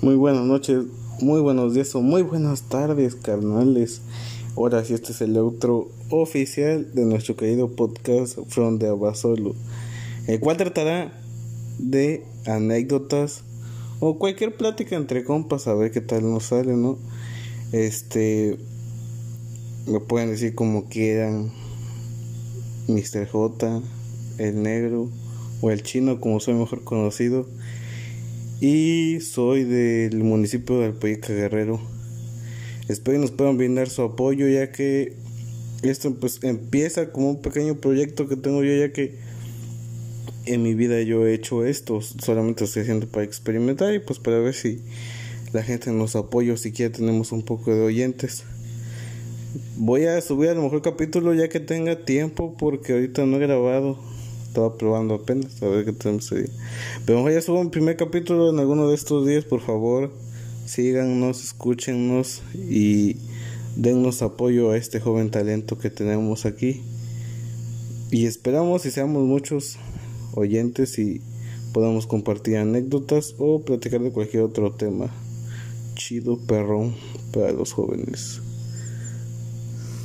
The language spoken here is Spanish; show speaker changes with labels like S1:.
S1: Muy buenas noches, muy buenos días o muy buenas tardes, carnales. Ahora sí, este es el outro oficial de nuestro querido podcast From the Abasolo, el cual tratará de anécdotas o cualquier plática entre compas, a ver qué tal nos sale, ¿no? Me pueden decir como quieran, Mr. J, el negro o el chino, como soy mejor conocido. Y soy del municipio de Alpayica, Guerrero. Espero que nos puedan brindar su apoyo, ya que esto pues empieza como un pequeño proyecto que tengo yo, ya que en mi vida yo he hecho esto, solamente estoy haciendo para experimentar y pues para ver si la gente nos apoya o siquiera tenemos un poco de oyentes. Voy a subir a lo mejor capítulo ya que tenga tiempo, porque ahorita no he grabado. Estaba probando apenas, a ver qué tenemos ese día. Pero mejor ya subo un primer capítulo en alguno de estos días, por favor. Síganos, escúchenos y dennos apoyo a este joven talento que tenemos aquí. Y esperamos y seamos muchos oyentes y podamos compartir anécdotas o platicar de cualquier otro tema chido, perrón para los jóvenes.